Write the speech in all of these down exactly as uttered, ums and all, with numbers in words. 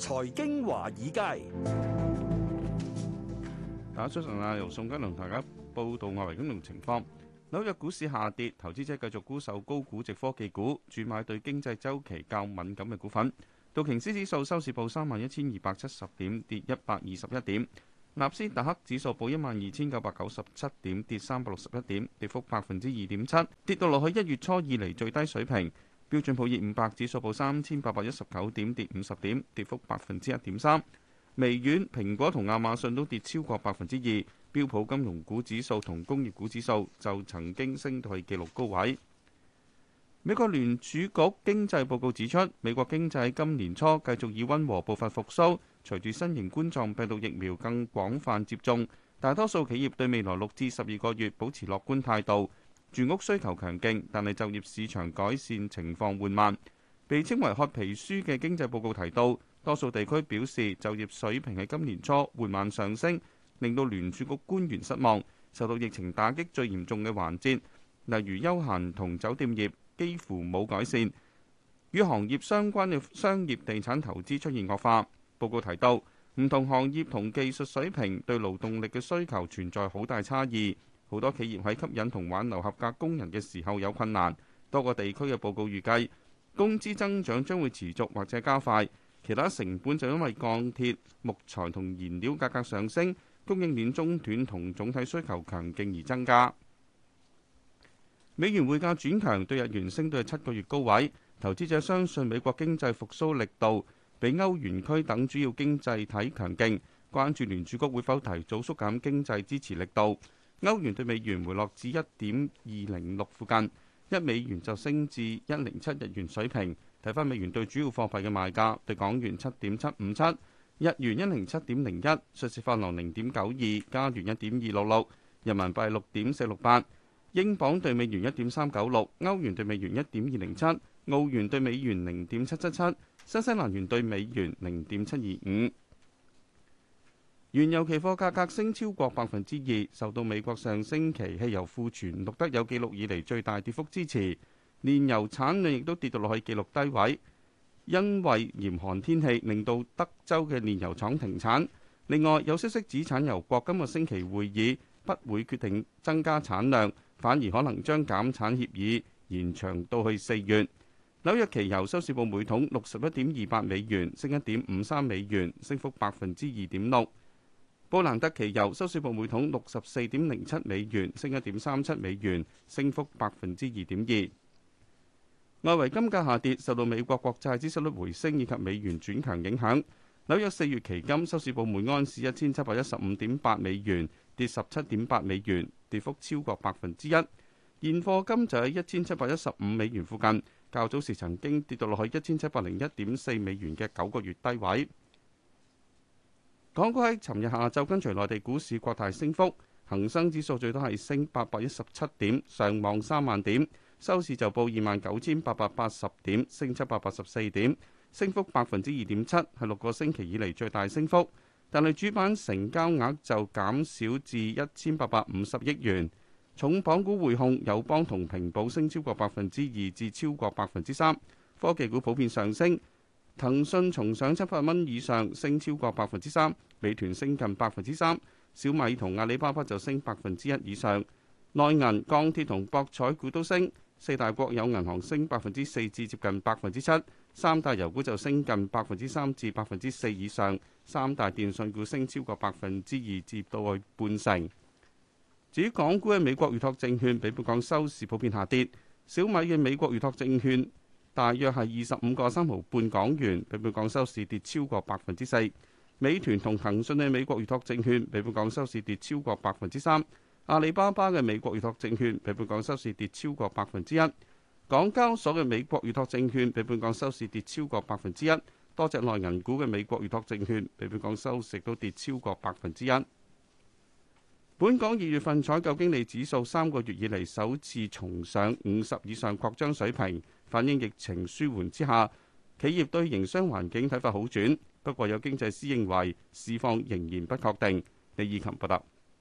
財經華爾街， 大家早晨啊！由宋嘉良同大家報道外圍金融情況。紐約股市下跌，投資者繼續沽售高估值科技股，轉買對經濟週期較敏感嘅股份。道瓊斯指數收市報三萬一千二百七十點，跌一百二十一點。納斯達克指數報一萬二千九百九十七點，跌三百六十一點，跌幅百分之二點七，跌到落去一月初以嚟最低水平。標準普爾五百指數報三千八百一十九點，跌五十點，跌幅百分之一點三。微軟、蘋果同亞馬遜都跌超過百分之二。標普金融股指數同工業股指數就曾經升到去紀錄高位。美國聯儲局經濟報告指出，美國經濟今年初繼續以溫和步伐復甦，隨住新型冠狀病毒疫苗更廣泛接種，大多數企業對未來六至十二個月保持樂觀態度。住屋需求強勁，但係就業市場改善情況緩慢。被稱為褐皮書嘅經濟報告提到，多數地區表示就業水平喺今年初緩慢上升，令到聯儲局官員失望。受到疫情打擊最嚴重嘅環節，例如休閒同酒店業幾乎冇改善，與行業相關嘅商業地產投資出現惡化。報告提到，唔同行業同技術水平對勞動力嘅需求存在好大差異。好多企業喺吸引同挽留合格工人嘅時候有困難。多個地區嘅報告預計，工資增長將會持續或者加快。其他成本就因為鋼鐵、木材同燃料價格上升，供應鏈中斷同總體需求強勁而增加。美元匯價轉強，對日元升到七個月高位。投資者相信美國經濟復甦力度比歐元區等主要經濟體強勁，關注聯儲局會否提早縮減經濟支持力度。歐元對美元回落至一點二零六附近，一美元就升至一零七日元水平。睇返美元對主要貨幣嘅賣價，對港元七點七五七，日元一零七點零一，瑞士法郎零點九二，加元一點二六六，人民幣六點四六八，英鎊對美元一點三九六，歐元對美元一點二零七，澳元對美元零點七七七，新西蘭元對美元零點七二五。原油期貨價格升超過百分之二，受到美國上星期汽油庫存錄得有紀錄以嚟最大跌幅支持。煉油產量亦都跌到落去紀錄低位，因為嚴寒天氣令到德州嘅煉油廠停產。另外有消息指產油國今個星期會議不會決定增加產量，反而可能將減產協議延長到去四月。紐約期油收市報每桶六十一點二八美元，升一點五三美元，升幅百分之二點六。布蘭特期油收市報每桶六十四點零七美元，升一點三七美元，升幅百分之二點二。外圍金價下跌，受到美國國債孳息率回升以及美元轉強影響。紐約四月期金收市報每安士一千七百一十五點八美元，跌十七點八美元，跌幅超過百分之一。現貨金就喺一千七百一十五美元附近，較早時曾經跌到落去一千七百零一點四美元嘅九個月低位。港股喺尋日下晝跟隨內地股市擴大升幅，恒生指數最多係升八百一十七點，上望三萬點，收市就報二萬九千八百八十點，升七百八十四點，升幅百分之二點七，係六個星期以嚟最大升幅。但係主板成交額就減少至一千八百五十億元。重磅股匯控、友邦同平保升超過百分之二至超過百分之三，科技股普遍上升。騰訊重上七百蚊以上，升超過百分之三；美團升近百分之三；小米同阿里巴巴就升百分之一以上。內銀、鋼鐵同博彩股都升，四大國有銀行升百分之四至接近百分之七，三大油股就升近百分之三至百分之四以上，三大電訊股升超過百分之二至到去半成。至於港股嘅美國預託證券，比本港收市普遍下跌。小米嘅美國預託證券大約係二十五個三毫半港元，比本港收市跌超過百分之四。美團同騰訊嘅美國預託證券比本港收市跌超過百分之三。阿里巴巴嘅美國預託證券比本港收市跌超過百分之一。港交所嘅美國預託證券比本港收市跌超過百分之一。多隻內銀股嘅美國預託證券比本港收市都跌超過百分之一。本港二月份採購經理指數三個月以嚟首次重上五十以上擴張水平，反映疫情舒緩之下，企業對營商環境睇法好轉。不過有經濟師認為市況仍然不確定。李以琴報道。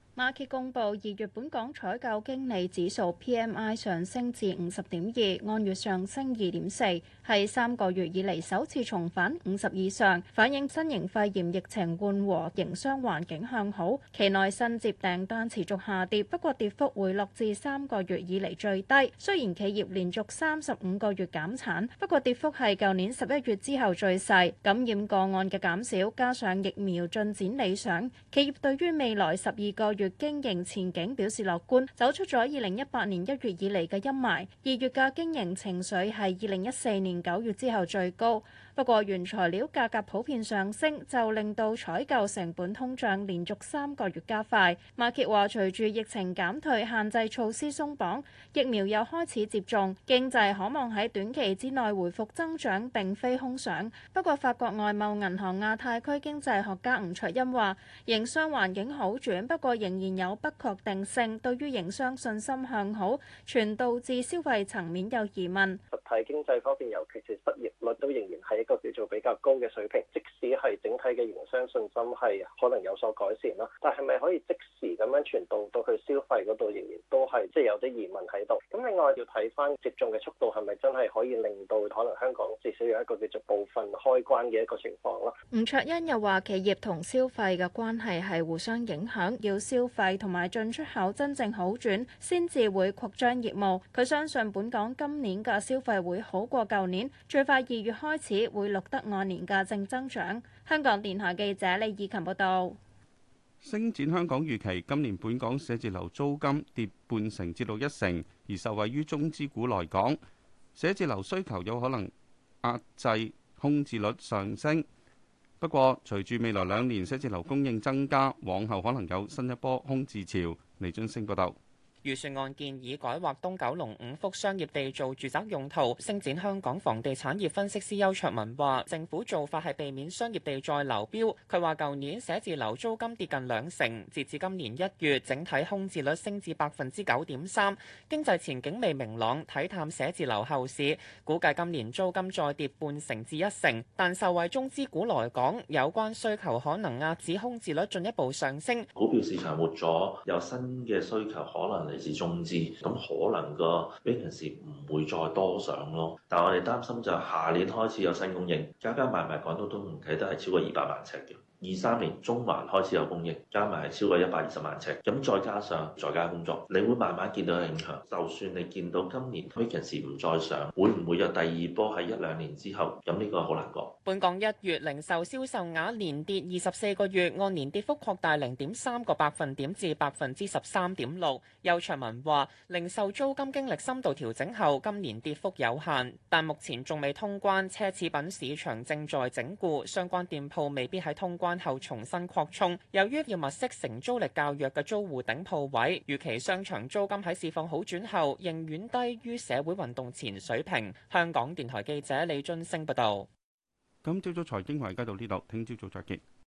馬歇公布二月本港採購經理指數 P M I 上升至五十點二，按月上升二點四，係三個月以嚟首次重返五十以上，反映新型肺炎疫情緩和，營商環境向好。期內新接訂單持續下跌，不過跌幅回落至三個月以嚟最低。雖然企業連續三十五個月減產，不過跌幅係舊年十一月之後最細。感染個案嘅減少，加上疫苗進展理想，企業對於未來十二個月經營前景表示樂觀，走出咗二零一八年一月以嚟嘅陰霾。二月嘅經營情緒係二零一四年九月之後最高。不過原材料價格普遍上升，就令到採購成本通脹連續三個月加快。馬歇話，隨住疫情減退、限制措施鬆綁，疫苗又開始接種，經濟可望喺短期之內回復增長，並非空想。不過法國外貿銀行亞太區經濟學家吳卓恩話，營商環境好轉，不過仍然有不確定性，對於營商信心向好，全導致消費層面有疑問。 實體經濟方面，尤其是失業率都仍然係一個叫做比較高嘅水平，即使係整體嘅營商信心係可能有所改善啦，但係咪可以即時咁樣傳導到去消費嗰度，仍然都係即係有啲疑問喺度。咁另外要睇翻接種嘅速度係咪真係可以令到可能香港至少有一個叫做部分開關嘅一個情況咯。 吳卓恩又話，企業同消費嘅關係係互相影響，要消費同埋進出口真正好轉，先至會擴張業務。佢相信本港今年嘅消費會好過舊年，最快二月開始會錄得按年嘅正增長。香港電台記者李以琴報道。 星展香港預期今年本港寫字樓租金跌半成至到一成，而受惠於中資股來港，寫字樓需求有可能壓制空置率上升。不過，隨住未來兩年寫字樓供應增加，往後可能有新一波空置潮。李津升報道。 預算案建議改劃東九龍五幅商業地做住宅用途。星展香港房地產業分析師邱卓文話，政府做法係避免商業地再流標。佢話舊年寫字樓租金跌近兩成，截至今年一月，整體空置率升至百分之九點三，經濟前景未明朗，睇淡寫字樓後市，估計今年租金再跌半成至一成。但受惠中資股來港，有關需求可能壓止空置率進一步上升。 股票市場活咗，有新嘅需求可能嚟自中資，咁可能個 vacancy 唔會再多上咯。但係我哋擔心就係下年開始有新供應，加加埋埋廣東東唔睇得係超過二百萬尺嘅。二三年中環開始有供應，加埋係超過一百二十萬尺，咁再加上在家工作，你會慢慢見到有影響。就算你見到今年 vacancy 唔再上，會唔會有第二波喺一兩年之後？咁呢個好難講。 本港一月零售銷售額連跌二十四個月，按年跌幅擴大零點三個百分點至百分之十三點六。邱卓文話：零售租金經歷深度調整後，今年跌幅有限，但目前仲未通關，奢侈品市場正在整固，相關店鋪未必喺通關後重新擴充。由於要物色承租力較弱嘅租戶頂鋪位，預期商場租金喺市況好轉後，仍遠低於社會運動前水平。香港電台記者李津升報道。 今朝早財經華爾街到呢度，聽朝早再見。